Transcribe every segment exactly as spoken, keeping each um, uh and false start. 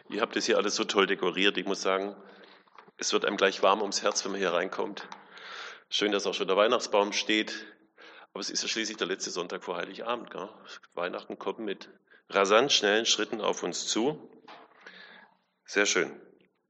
Ihr habt es hier alles so toll dekoriert. Ich muss sagen, es wird einem gleich warm ums Herz, wenn man hier reinkommt. Schön, dass auch schon der Weihnachtsbaum steht. Aber es ist ja schließlich der letzte Sonntag vor Heiligabend. Gell? Weihnachten kommt mit rasant schnellen Schritten auf uns zu. Sehr schön.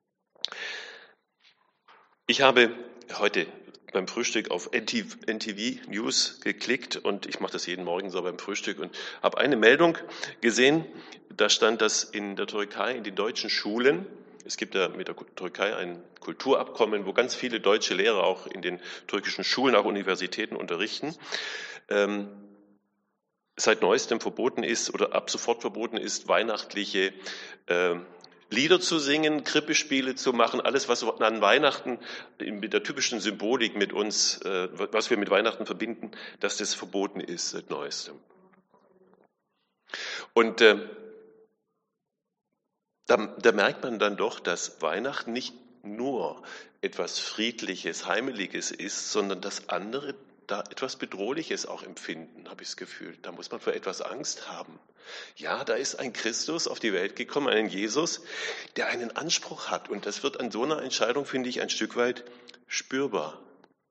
Ich habe heute beim Frühstück auf N T V News geklickt und ich mache das jeden Morgen so beim Frühstück und habe eine Meldung gesehen. Da stand, dass in der Türkei, in den deutschen Schulen, es gibt ja mit der Türkei ein Kulturabkommen, wo ganz viele deutsche Lehrer auch in den türkischen Schulen, auch Universitäten unterrichten, ähm, seit neuestem verboten ist oder ab sofort verboten ist, weihnachtliche äh, Lieder zu singen, Krippespiele zu machen, alles, was an Weihnachten mit der typischen Symbolik mit uns, äh, was wir mit Weihnachten verbinden, dass das verboten ist seit neuestem. Und äh, da, da merkt man dann doch, dass Weihnachten nicht nur etwas Friedliches, Heimeliges ist, sondern dass andere da etwas Bedrohliches auch empfinden, habe ich das Gefühl. Da muss man vor etwas Angst haben. Ja, da ist ein Christus auf die Welt gekommen, ein Jesus, der einen Anspruch hat. Und das wird an so einer Entscheidung, finde ich, ein Stück weit spürbar.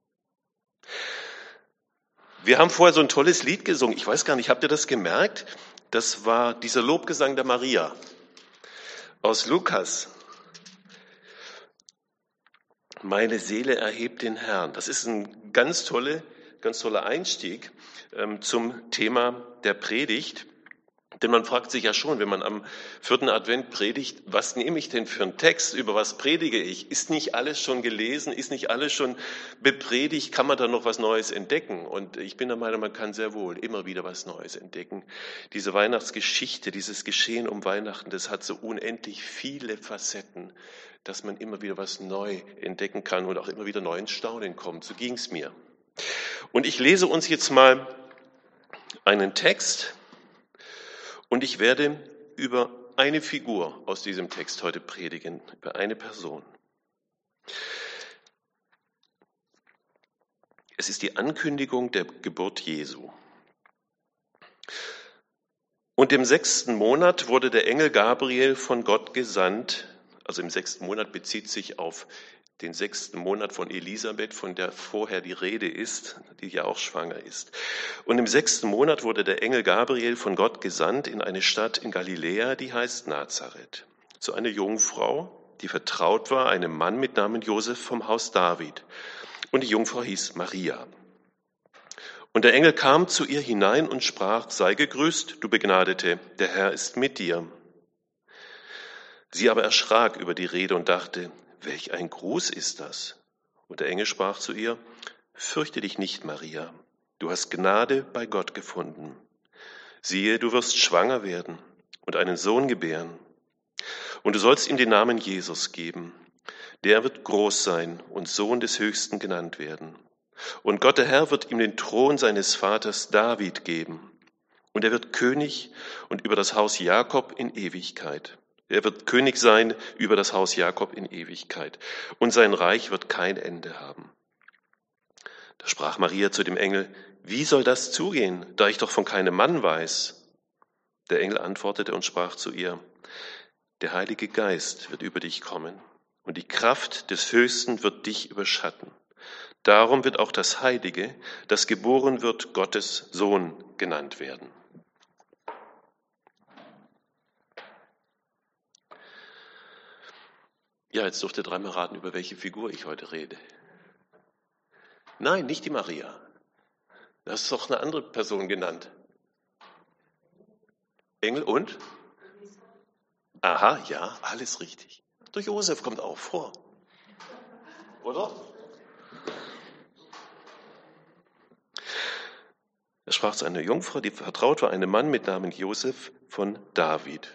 Wir haben vorher so ein tolles Lied gesungen. Ich weiß gar nicht, habt ihr das gemerkt? Das war dieser Lobgesang der Maria aus Lukas. Meine Seele erhebt den Herrn. Das ist ein ganz tolle, ganz toller Einstieg ähm, zum Thema der Predigt. Denn man fragt sich ja schon, wenn man am vierten Advent predigt, was nehme ich denn für einen Text, über was predige ich? Ist nicht alles schon gelesen? Ist nicht alles schon bepredigt? Kann man da noch was Neues entdecken? Und ich bin der Meinung, man kann sehr wohl immer wieder was Neues entdecken. Diese Weihnachtsgeschichte, dieses Geschehen um Weihnachten, das hat so unendlich viele Facetten, dass man immer wieder was neu entdecken kann und auch immer wieder neu ins Staunen kommt. So ging es mir. Und ich lese uns jetzt mal einen Text, und ich werde über eine Figur aus diesem Text heute predigen, über eine Person. Es ist die Ankündigung der Geburt Jesu. Und im sechsten Monat wurde der Engel Gabriel von Gott gesandt, also im sechsten Monat bezieht sich auf den sechsten Monat von Elisabeth, von der vorher die Rede ist, die ja auch schwanger ist. Und im sechsten Monat wurde der Engel Gabriel von Gott gesandt in eine Stadt in Galiläa, die heißt Nazareth, zu einer Jungfrau, die vertraut war, einem Mann mit Namen Josef vom Haus David. Und die Jungfrau hieß Maria. Und der Engel kam zu ihr hinein und sprach, sei gegrüßt, du Begnadete, der Herr ist mit dir. Sie aber erschrak über die Rede und dachte, welch ein Gruß ist das? Und der Engel sprach zu ihr, fürchte dich nicht, Maria, du hast Gnade bei Gott gefunden. Siehe, du wirst schwanger werden und einen Sohn gebären. Und du sollst ihm den Namen Jesus geben. Der wird groß sein und Sohn des Höchsten genannt werden. Und Gott, der Herr, wird ihm den Thron seines Vaters David geben. Und er wird König und über das Haus Jakob in Ewigkeit. Er wird König sein über das Haus Jakob in Ewigkeit. Und sein Reich wird kein Ende haben. Da sprach Maria zu dem Engel, wie soll das zugehen, da ich doch von keinem Mann weiß? Der Engel antwortete und sprach zu ihr, der Heilige Geist wird über dich kommen und die Kraft des Höchsten wird dich überschatten. Darum wird auch das Heilige, das geboren wird, Gottes Sohn genannt werden. Ja, jetzt dürft ihr dreimal raten, über welche Figur ich heute rede. Nein, nicht die Maria. Das ist doch eine andere Person genannt. Engel und? Aha, ja, alles richtig. Der Josef kommt auch vor. Oder? Er sprach zu einer Jungfrau, die vertraut war, einem Mann mit Namen Josef von David.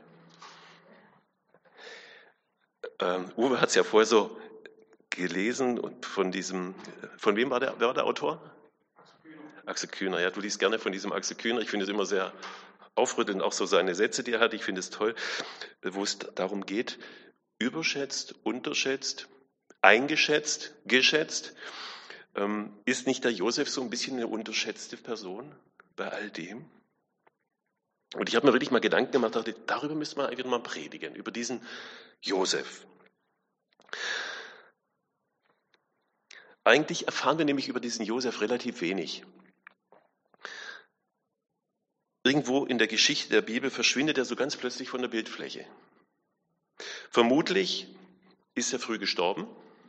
Ähm, Uwe hat es ja vorher so gelesen und von diesem, von wem war der, wer war der Autor? Axel Kühner. Ja, du liest gerne von diesem Axel Kühner. Ich finde es immer sehr aufrüttelnd, auch so seine Sätze, die er hat. Ich finde es toll, wo es darum geht, überschätzt, unterschätzt, eingeschätzt, geschätzt. Ähm, ist nicht der Josef so ein bisschen eine unterschätzte Person bei all dem? Und ich habe mir wirklich mal Gedanken gemacht, dachte, darüber müssen wir einfach mal predigen, über diesen Josef. Eigentlich erfahren wir nämlich über diesen Josef relativ wenig. Irgendwo in der Geschichte der Bibel verschwindet er so ganz plötzlich von der Bildfläche. Vermutlich ist er früh gestorben.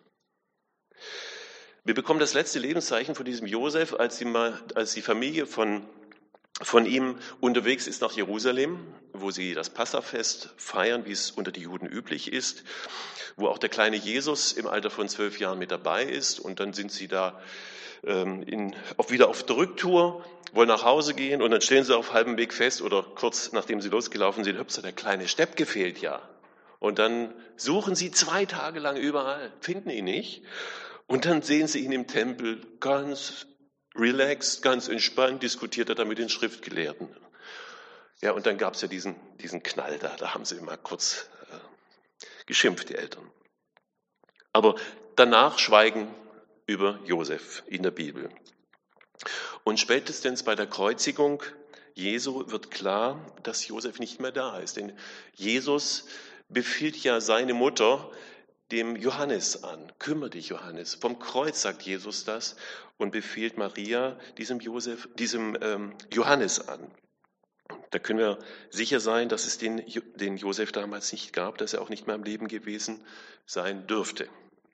Wir bekommen das letzte Lebenszeichen von diesem Josef, als die, als die Familie von, von ihm unterwegs ist nach Jerusalem, wo sie das Passafest feiern, wie es unter die Juden üblich ist, wo auch der kleine Jesus im Alter von zwölf Jahren mit dabei ist. Und dann sind sie da ähm, in, auch wieder auf der Rücktour, wollen nach Hause gehen und dann stellen sie auf halbem Weg fest oder kurz nachdem sie losgelaufen sind, hüpsa, der kleine Stepp fehlt ja. Und dann suchen sie zwei Tage lang überall, finden ihn nicht. Und dann sehen sie ihn im Tempel ganz relaxed, ganz entspannt, diskutiert er da mit den Schriftgelehrten. Ja, und dann gab es ja diesen, diesen Knall da, da haben sie immer kurz äh, geschimpft, die Eltern. Aber danach schweigen über Josef in der Bibel. Und spätestens bei der Kreuzigung Jesu wird klar, dass Josef nicht mehr da ist. Denn Jesus befiehlt ja seine Mutter dem Johannes an. Kümmere dich, Johannes. Vom Kreuz sagt Jesus das und befiehlt Maria diesem Josef, diesem ähm, Johannes an. Da können wir sicher sein, dass es den, den Josef damals nicht gab, dass er auch nicht mehr am Leben gewesen sein dürfte.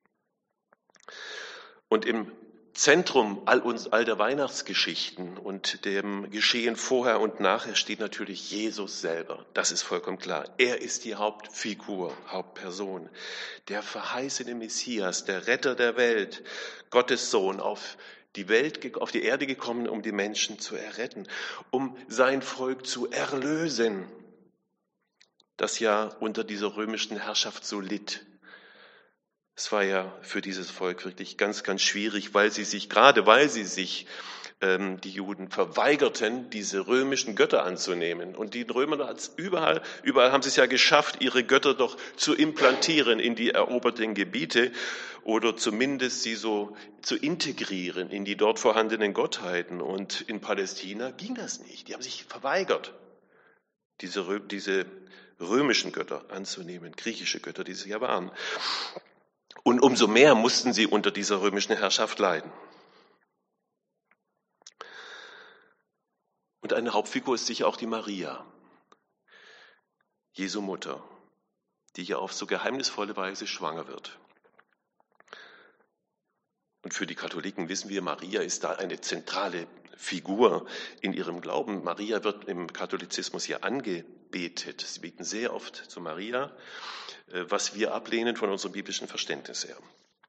Und im Zentrum all, uns, all der Weihnachtsgeschichten und dem Geschehen vorher und nachher steht natürlich Jesus selber. Das ist vollkommen klar. Er ist die Hauptfigur, Hauptperson. Der verheißene Messias, der Retter der Welt, Gottes Sohn, auf die Welt, auf die Erde gekommen, um die Menschen zu erretten, um sein Volk zu erlösen, das ja unter dieser römischen Herrschaft so litt. Es war ja für dieses Volk wirklich ganz, ganz schwierig, weil sie sich, gerade weil sie sich, ähm, die Juden verweigerten, diese römischen Götter anzunehmen. Und die Römer hat's überall, überall haben sie es ja geschafft, ihre Götter doch zu implantieren in die eroberten Gebiete oder zumindest sie so zu integrieren in die dort vorhandenen Gottheiten. Und in Palästina ging das nicht. Die haben sich verweigert, diese, diese römischen Götter anzunehmen, griechische Götter, die sie ja waren. Und umso mehr mussten sie unter dieser römischen Herrschaft leiden. Und eine Hauptfigur ist sicher auch die Maria, Jesu Mutter, die hier auf so geheimnisvolle Weise schwanger wird. Und für die Katholiken wissen wir, Maria ist da eine zentrale Figur in ihrem Glauben. Maria wird im Katholizismus ja angebetet. Sie beten sehr oft zu Maria, was wir ablehnen von unserem biblischen Verständnis her.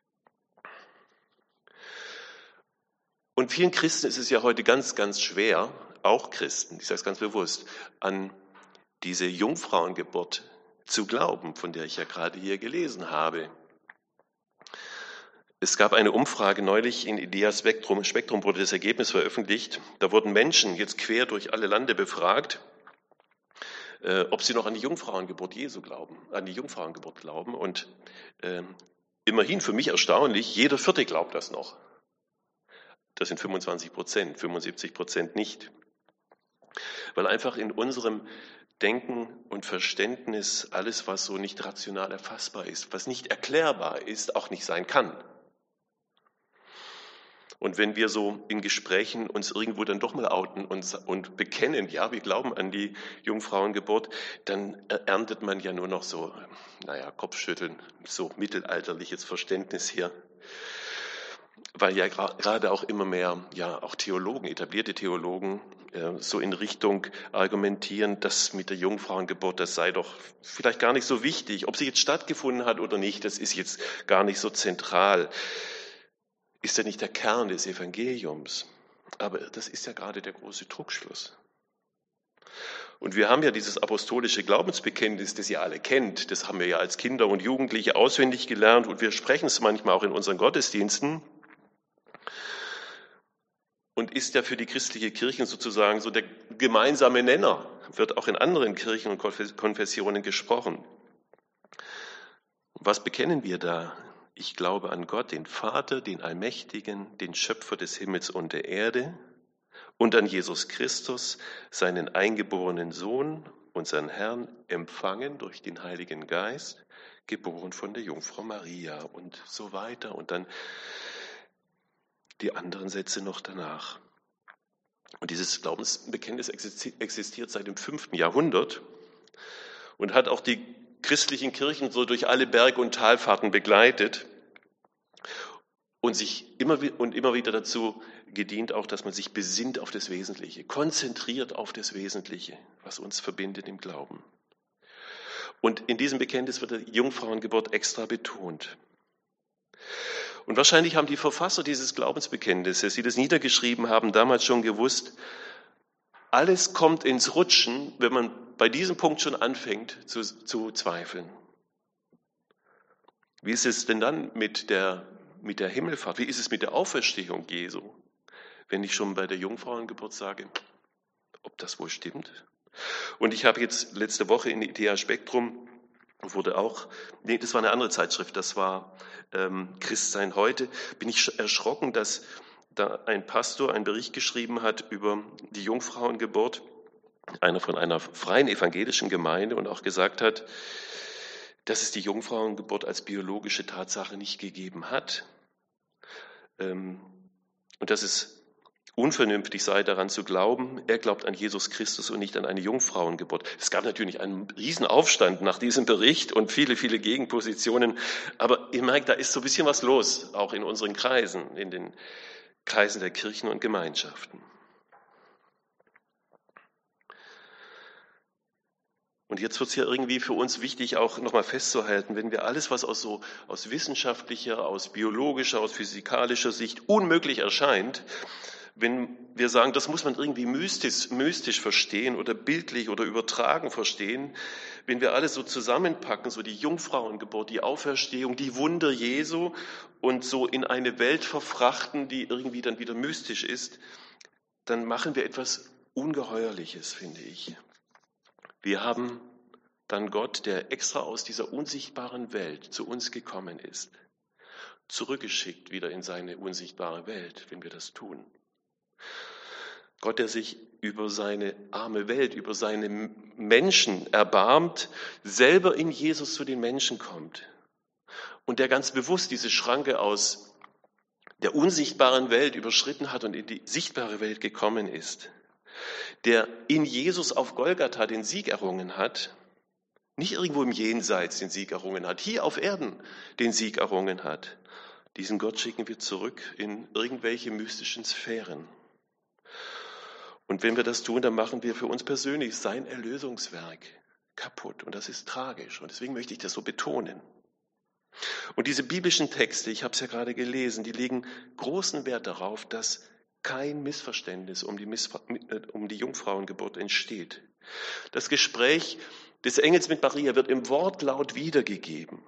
Und vielen Christen ist es ja heute ganz, ganz schwer, auch Christen, ich sage es ganz bewusst, an diese Jungfrauengeburt zu glauben, von der ich ja gerade hier gelesen habe. Es gab eine Umfrage neulich in Idea Spektrum, Spektrum wurde das Ergebnis veröffentlicht. Da wurden Menschen jetzt quer durch alle Lande befragt, äh, ob sie noch an die Jungfrauengeburt Jesu glauben, an die Jungfrauengeburt glauben. Und äh, immerhin für mich erstaunlich, jeder Vierte glaubt das noch. Das sind fünfundzwanzig Prozent, fünfundsiebzig Prozent nicht. Weil einfach in unserem Denken und Verständnis alles, was so nicht rational erfassbar ist, was nicht erklärbar ist, auch nicht sein kann. Und wenn wir so in Gesprächen uns irgendwo dann doch mal outen und, und bekennen, ja, wir glauben an die Jungfrauengeburt, dann erntet man ja nur noch so, naja, Kopfschütteln, so mittelalterliches Verständnis hier. Weil ja gerade auch immer mehr, ja, auch Theologen, etablierte Theologen, äh, so in Richtung argumentieren, dass mit der Jungfrauengeburt, das sei doch vielleicht gar nicht so wichtig. Ob sie jetzt stattgefunden hat oder nicht, das ist jetzt gar nicht so zentral. Ist ja nicht der Kern des Evangeliums. Aber das ist ja gerade der große Trugschluss. Und wir haben ja dieses apostolische Glaubensbekenntnis, das ihr alle kennt. Das haben wir ja als Kinder und Jugendliche auswendig gelernt und wir sprechen es manchmal auch in unseren Gottesdiensten. Und ist ja für die christliche Kirche sozusagen so der gemeinsame Nenner, wird auch in anderen Kirchen und Konfessionen gesprochen. Was bekennen wir da? Ich glaube an Gott, den Vater, den Allmächtigen, den Schöpfer des Himmels und der Erde und an Jesus Christus, seinen eingeborenen Sohn, unseren Herrn, empfangen durch den Heiligen Geist, geboren von der Jungfrau Maria und so weiter. Und dann die anderen Sätze noch danach. Und dieses Glaubensbekenntnis existiert seit dem fünften Jahrhundert und hat auch die christlichen Kirchen so durch alle Berg- und Talfahrten begleitet und sich immer und immer wieder dazu gedient, auch, dass man sich besinnt auf das Wesentliche, konzentriert auf das Wesentliche, was uns verbindet im Glauben. Und in diesem Bekenntnis wird die Jungfrauengeburt extra betont. Und wahrscheinlich haben die Verfasser dieses Glaubensbekenntnisses, die das niedergeschrieben haben, damals schon gewusst, alles kommt ins Rutschen, wenn man bei diesem Punkt schon anfängt zu, zu zweifeln. Wie ist es denn dann mit der, mit der Himmelfahrt? Wie ist es mit der Auferstehung Jesu? Wenn ich schon bei der Jungfrauengeburt sage, ob das wohl stimmt? Und ich habe jetzt letzte Woche in Idea Spektrum wurde auch, nee, das war eine andere Zeitschrift, das war ähm, Christsein heute, bin ich erschrocken, dass da ein Pastor einen Bericht geschrieben hat über die Jungfrauengeburt, einer von einer freien evangelischen Gemeinde, und auch gesagt hat, dass es die Jungfrauengeburt als biologische Tatsache nicht gegeben hat ähm, und dass es unvernünftig sei, daran zu glauben. Er glaubt an Jesus Christus und nicht an eine Jungfrauengeburt. Es gab natürlich einen Riesenaufstand nach diesem Bericht und viele, viele Gegenpositionen. Aber ihr merkt, da ist so ein bisschen was los, auch in unseren Kreisen, in den Kreisen der Kirchen und Gemeinschaften. Und jetzt wird es ja irgendwie für uns wichtig, auch nochmal festzuhalten, wenn wir alles, was aus so aus wissenschaftlicher, aus biologischer, aus physikalischer Sicht unmöglich erscheint, wenn wir sagen, das muss man irgendwie mystisch, mystisch verstehen oder bildlich oder übertragen verstehen, wenn wir alles so zusammenpacken, so die Jungfrauengeburt, die Auferstehung, die Wunder Jesu und so in eine Welt verfrachten, die irgendwie dann wieder mystisch ist, dann machen wir etwas Ungeheuerliches, finde ich. Wir haben dann Gott, der extra aus dieser unsichtbaren Welt zu uns gekommen ist, zurückgeschickt wieder in seine unsichtbare Welt, wenn wir das tun. Gott, der sich über seine arme Welt, über seine Menschen erbarmt, selber in Jesus zu den Menschen kommt und der ganz bewusst diese Schranke aus der unsichtbaren Welt überschritten hat und in die sichtbare Welt gekommen ist, der in Jesus auf Golgatha den Sieg errungen hat, nicht irgendwo im Jenseits den Sieg errungen hat, hier auf Erden den Sieg errungen hat. Diesen Gott schicken wir zurück in irgendwelche mystischen Sphären. Und wenn wir das tun, dann machen wir für uns persönlich sein Erlösungswerk kaputt. Und das ist tragisch. Und deswegen möchte ich das so betonen. Und diese biblischen Texte, ich habe es ja gerade gelesen, die legen großen Wert darauf, dass kein Missverständnis um die, Missver- um die Jungfrauengeburt entsteht. Das Gespräch des Engels mit Maria wird im Wortlaut wiedergegeben.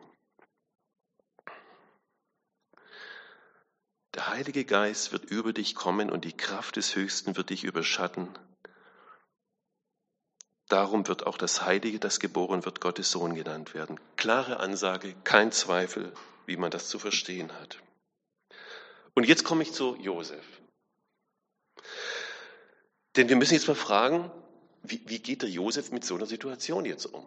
Der Heilige Geist wird über dich kommen und die Kraft des Höchsten wird dich überschatten. Darum wird auch das Heilige, das geboren wird, Gottes Sohn genannt werden. Klare Ansage, kein Zweifel, wie man das zu verstehen hat. Und jetzt komme ich zu Josef. Denn wir müssen jetzt mal fragen, wie, wie geht der Josef mit so einer Situation jetzt um?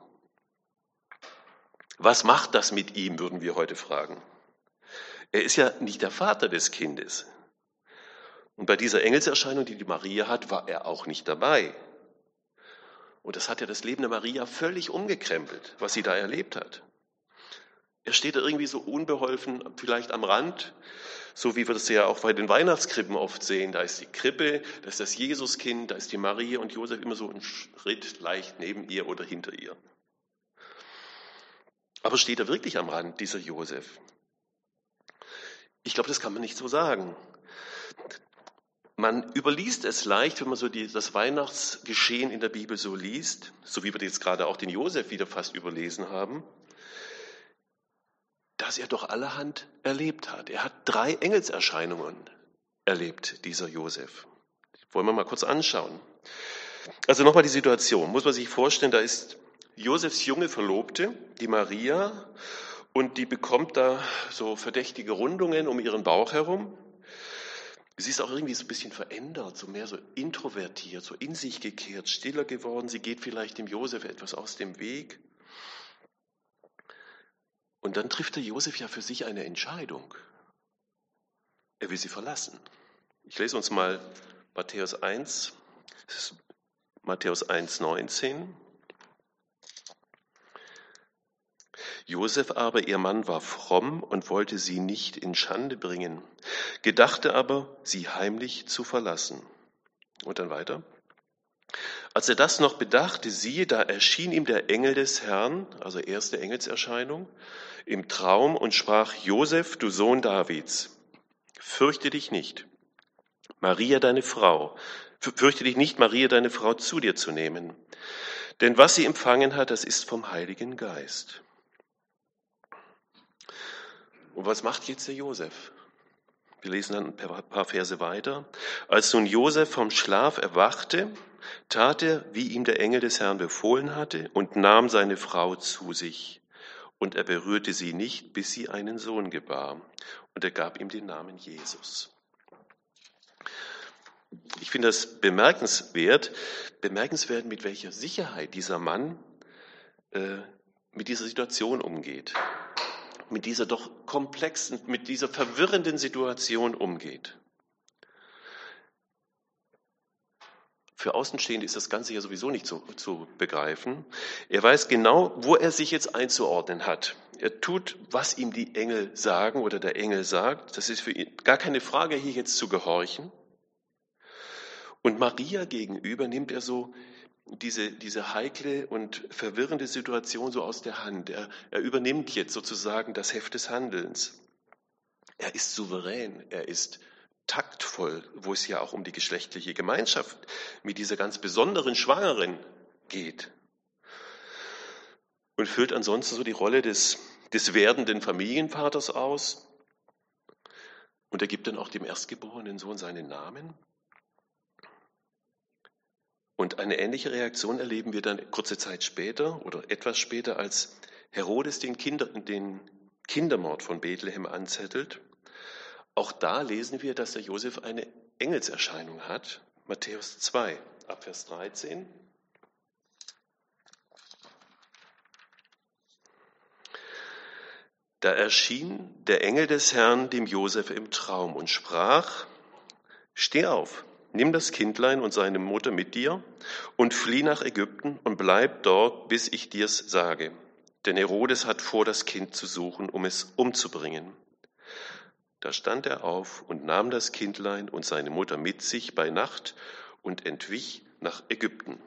Was macht das mit ihm, würden wir heute fragen. Er ist ja nicht der Vater des Kindes. Und bei dieser Engelserscheinung, die die Maria hat, war er auch nicht dabei. Und das hat ja das Leben der Maria völlig umgekrempelt, was sie da erlebt hat. Er steht da irgendwie so unbeholfen, vielleicht am Rand, so wie wir das ja auch bei den Weihnachtskrippen oft sehen. Da ist die Krippe, da ist das Jesuskind, da ist die Maria und Josef immer so einen Schritt leicht neben ihr oder hinter ihr. Aber steht er wirklich am Rand, dieser Josef? Ich glaube, das kann man nicht so sagen. Man überliest es leicht, wenn man so die, das Weihnachtsgeschehen in der Bibel so liest, so wie wir jetzt gerade auch den Josef wieder fast überlesen haben, dass er doch allerhand erlebt hat. Er hat drei Engelserscheinungen erlebt, dieser Josef. Wollen wir mal kurz anschauen. Also nochmal die Situation. Muss man sich vorstellen, da ist Josefs junge Verlobte, die Maria, und die bekommt da so verdächtige Rundungen um ihren Bauch herum. Sie ist auch irgendwie so ein bisschen verändert, so mehr so introvertiert, so in sich gekehrt, stiller geworden. Sie geht vielleicht dem Josef etwas aus dem Weg. Und dann trifft der Josef ja für sich eine Entscheidung. Er will sie verlassen. Ich lese uns mal Matthäus eins, das ist Matthäus eins, neunzehn. Josef aber, ihr Mann, war fromm und wollte sie nicht in Schande bringen, gedachte aber, sie heimlich zu verlassen. Und dann weiter. Als er das noch bedachte, siehe, da erschien ihm der Engel des Herrn, also erste Engelserscheinung, im Traum und sprach, Josef, du Sohn Davids, fürchte dich nicht, Maria deine Frau, fürchte dich nicht, Maria deine Frau zu dir zu nehmen, denn was sie empfangen hat, das ist vom Heiligen Geist. Und was macht jetzt der Josef? Wir lesen dann ein paar Verse weiter. Als nun Josef vom Schlaf erwachte, tat er, wie ihm der Engel des Herrn befohlen hatte, und nahm seine Frau zu sich. Und er berührte sie nicht, bis sie einen Sohn gebar. Und er gab ihm den Namen Jesus. Ich finde das bemerkenswert, bemerkenswert, mit welcher Sicherheit dieser Mann äh, mit dieser Situation umgeht. Mit dieser doch komplexen, mit dieser verwirrenden Situation umgeht. Für Außenstehende ist das Ganze ja sowieso nicht zu, zu begreifen. Er weiß genau, wo er sich jetzt einzuordnen hat. Er tut, was ihm die Engel sagen oder der Engel sagt. Das ist für ihn gar keine Frage, hier jetzt zu gehorchen. Und Maria gegenüber nimmt er so diese, diese heikle und verwirrende Situation so aus der Hand. Er, er übernimmt jetzt sozusagen das Heft des Handelns. Er ist souverän, er ist taktvoll, wo es ja auch um die geschlechtliche Gemeinschaft mit dieser ganz besonderen Schwangeren geht. Und füllt ansonsten so die Rolle des, des werdenden Familienvaters aus. Und er gibt dann auch dem erstgeborenen Sohn seinen Namen. Und eine ähnliche Reaktion erleben wir dann kurze Zeit später oder etwas später, als Herodes den, Kinder, den Kindermord von Bethlehem anzettelt. Auch da lesen wir, dass der Josef eine Engelserscheinung hat. Matthäus zwei, ab Vers dreizehn. Da erschien der Engel des Herrn dem Josef im Traum und sprach, steh auf. Nimm das Kindlein und seine Mutter mit dir und flieh nach Ägypten und bleib dort, bis ich dir's sage. Denn Herodes hat vor, das Kind zu suchen, um es umzubringen. Da stand er auf und nahm das Kindlein und seine Mutter mit sich bei Nacht und entwich nach Ägypten.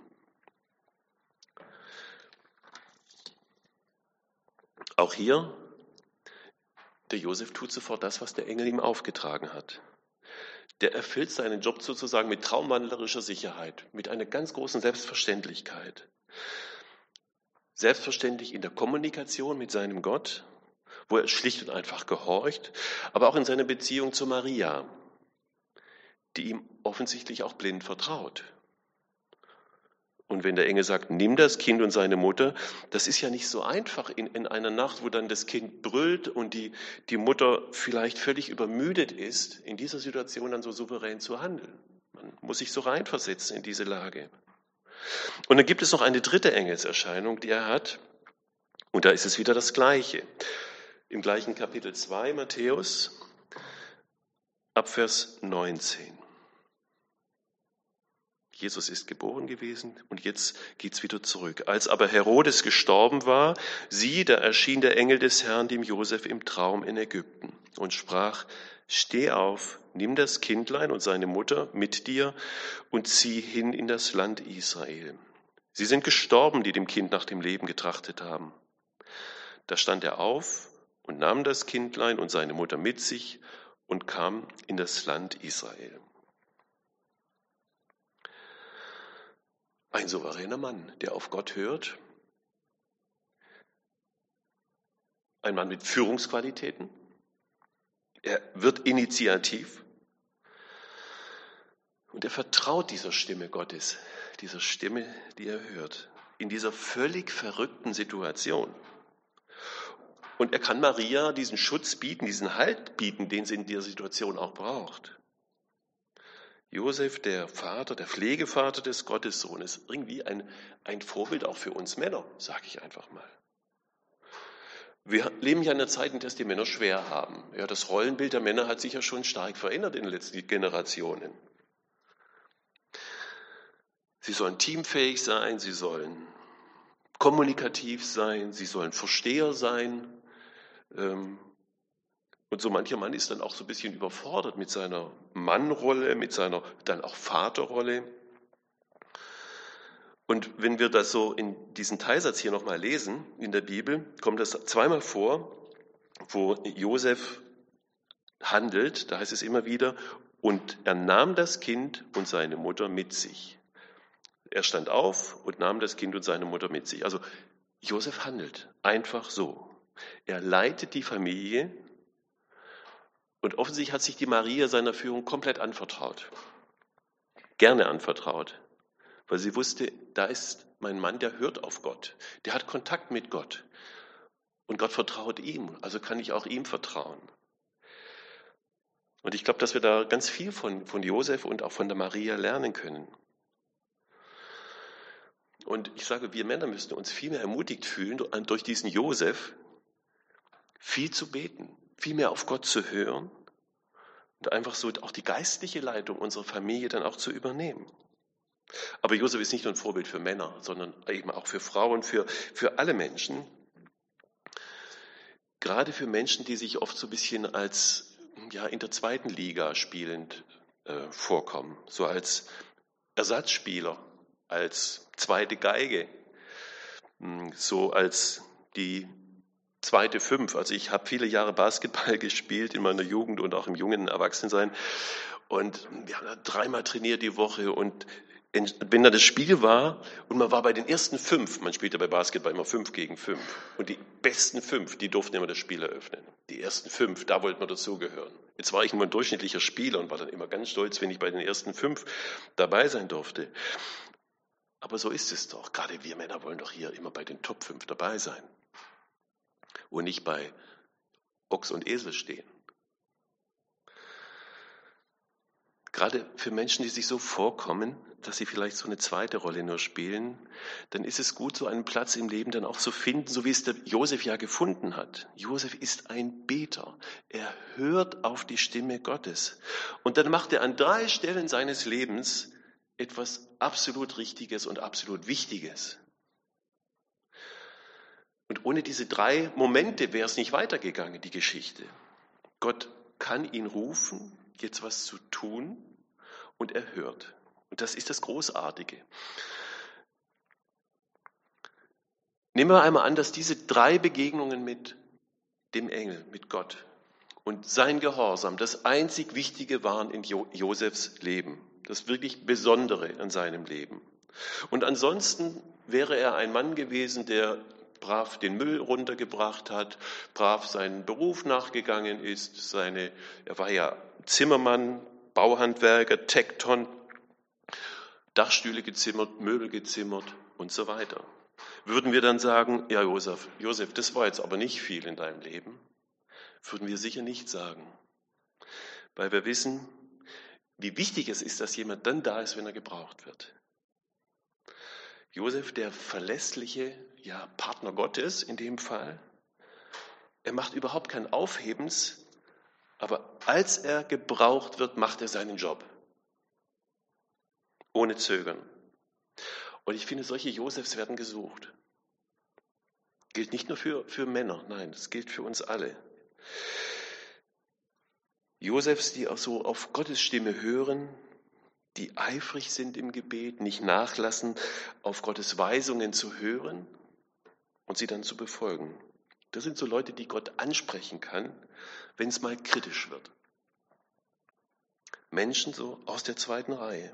Auch hier, der Josef tut sofort das, was der Engel ihm aufgetragen hat. Der erfüllt seinen Job sozusagen mit traumwandlerischer Sicherheit, mit einer ganz großen Selbstverständlichkeit. Selbstverständlich in der Kommunikation mit seinem Gott, wo er schlicht und einfach gehorcht, aber auch in seiner Beziehung zu Maria, die ihm offensichtlich auch blind vertraut. Und wenn der Engel sagt, nimm das Kind und seine Mutter, das ist ja nicht so einfach in, in einer Nacht, wo dann das Kind brüllt und die, die Mutter vielleicht völlig übermüdet ist, in dieser Situation dann so souverän zu handeln. Man muss sich so reinversetzen in diese Lage. Und dann gibt es noch eine dritte Engelserscheinung, die er hat. Und da ist es wieder das Gleiche. Im gleichen Kapitel zwei, Matthäus, ab Vers neunzehn. Jesus ist geboren gewesen und jetzt geht's wieder zurück. Als aber Herodes gestorben war, sieh, da erschien der Engel des Herrn dem Josef im Traum in Ägypten und sprach, steh auf, nimm das Kindlein und seine Mutter mit dir und zieh hin in das Land Israel. Sie sind gestorben, die dem Kind nach dem Leben getrachtet haben. Da stand er auf und nahm das Kindlein und seine Mutter mit sich und kam in das Land Israel. Ein souveräner Mann, der auf Gott hört. Ein Mann mit Führungsqualitäten. Er wird initiativ. Und er vertraut dieser Stimme Gottes, dieser Stimme, die er hört, in dieser völlig verrückten Situation. Und er kann Maria diesen Schutz bieten, diesen Halt bieten, den sie in dieser Situation auch braucht. Josef, der Vater, der Pflegevater des Gottessohnes, irgendwie ein, ein Vorbild auch für uns Männer, sage ich einfach mal. Wir leben ja in einer Zeit, in der es die Männer schwer haben. Ja, das Rollenbild der Männer hat sich ja schon stark verändert in den letzten Generationen. Sie sollen teamfähig sein, sie sollen kommunikativ sein, sie sollen Versteher sein. Und so mancher Mann ist dann auch so ein bisschen überfordert mit seiner Mannrolle, mit seiner dann auch Vaterrolle. Und wenn wir das so in diesen Teilsatz hier nochmal lesen in der Bibel, kommt das zweimal vor, wo Josef handelt, da heißt es immer wieder, und er nahm das Kind und seine Mutter mit sich. Er stand auf und nahm das Kind und seine Mutter mit sich. Also Josef handelt einfach so. Er leitet die Familie und offensichtlich hat sich die Maria seiner Führung komplett anvertraut. Gerne anvertraut, weil sie wusste, da ist mein Mann, der hört auf Gott. Der hat Kontakt mit Gott. Und Gott vertraut ihm, also kann ich auch ihm vertrauen. Und ich glaube, dass wir da ganz viel von, von Josef und auch von der Maria lernen können. Und ich sage, wir Männer müssen uns viel mehr ermutigt fühlen, durch diesen Josef viel zu beten, viel mehr auf Gott zu hören und einfach so auch die geistliche Leitung unserer Familie dann auch zu übernehmen. Aber Josef ist nicht nur ein Vorbild für Männer, sondern eben auch für Frauen, für, für alle Menschen. Gerade für Menschen, die sich oft so ein bisschen als ja, in der zweiten Liga spielend äh, vorkommen, so als Ersatzspieler, als zweite Geige, so als die zweite Fünf. Also ich habe viele Jahre Basketball gespielt in meiner Jugend und auch im jungen Erwachsensein und wir haben da dreimal trainiert die Woche und wenn da das Spiel war und man war bei den ersten fünf, man spielt ja bei Basketball immer fünf gegen fünf und die besten fünf, die durften immer das Spiel eröffnen. Die ersten fünf, da wollten wir dazugehören. Jetzt war ich nur ein durchschnittlicher Spieler und war dann immer ganz stolz, wenn ich bei den ersten fünf dabei sein durfte. Aber so ist es doch. Gerade wir Männer wollen doch hier immer bei den Top fünf dabei sein und nicht bei Ochs und Esel stehen. Gerade für Menschen, die sich so vorkommen, dass sie vielleicht so eine zweite Rolle nur spielen, dann ist es gut, so einen Platz im Leben dann auch zu finden, so wie es der Josef ja gefunden hat. Josef ist ein Beter. Er hört auf die Stimme Gottes. Und dann macht er an drei Stellen seines Lebens etwas absolut Richtiges und absolut Wichtiges. Und ohne diese drei Momente wäre es nicht weitergegangen, die Geschichte. Gott kann ihn rufen, jetzt was zu tun, und er hört. Und das ist das Großartige. Nehmen wir einmal an, dass diese drei Begegnungen mit dem Engel, mit Gott und sein Gehorsam das einzig Wichtige waren in jo- Josefs Leben. Das wirklich Besondere an seinem Leben. Und ansonsten wäre er ein Mann gewesen, der brav den Müll runtergebracht hat, brav seinen Beruf nachgegangen ist. Seine, er war ja Zimmermann, Bauhandwerker, Tekton, Dachstühle gezimmert, Möbel gezimmert und so weiter. Würden wir dann sagen, ja Josef, Josef, das war jetzt aber nicht viel in deinem Leben? Würden wir sicher nicht sagen. Weil wir wissen, wie wichtig es ist, dass jemand dann da ist, wenn er gebraucht wird. Josef, der verlässliche ja, Partner Gottes in dem Fall, er macht überhaupt kein Aufhebens, aber als er gebraucht wird, macht er seinen Job. Ohne Zögern. Und ich finde, solche Josefs werden gesucht. Gilt nicht nur für, für Männer, nein, das gilt für uns alle. Josefs, die auch so auf Gottes Stimme hören, die eifrig sind im Gebet, nicht nachlassen, auf Gottes Weisungen zu hören und sie dann zu befolgen. Das sind so Leute, die Gott ansprechen kann, wenn es mal kritisch wird. Menschen so aus der zweiten Reihe.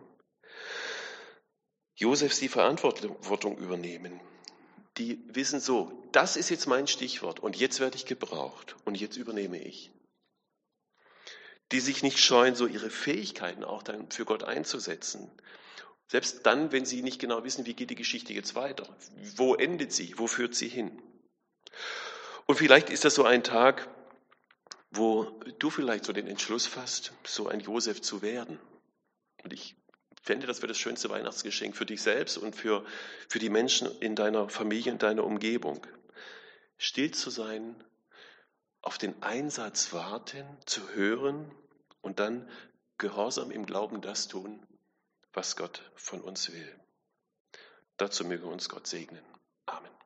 Josefs, die Verantwortung übernehmen. Die wissen so, das ist jetzt mein Stichwort und jetzt werde ich gebraucht und jetzt übernehme ich. Die sich nicht scheuen, so ihre Fähigkeiten auch dann für Gott einzusetzen. Selbst dann, wenn sie nicht genau wissen, wie geht die Geschichte jetzt weiter? Wo endet sie? Wo führt sie hin? Und vielleicht ist das so ein Tag, wo du vielleicht so den Entschluss fasst, so ein Josef zu werden. Und ich fände, das wäre das schönste Weihnachtsgeschenk für dich selbst und für, für die Menschen in deiner Familie, in deiner Umgebung. Still zu sein, auf den Einsatz warten, zu hören und dann gehorsam im Glauben das tun, was Gott von uns will. Dazu möge uns Gott segnen. Amen.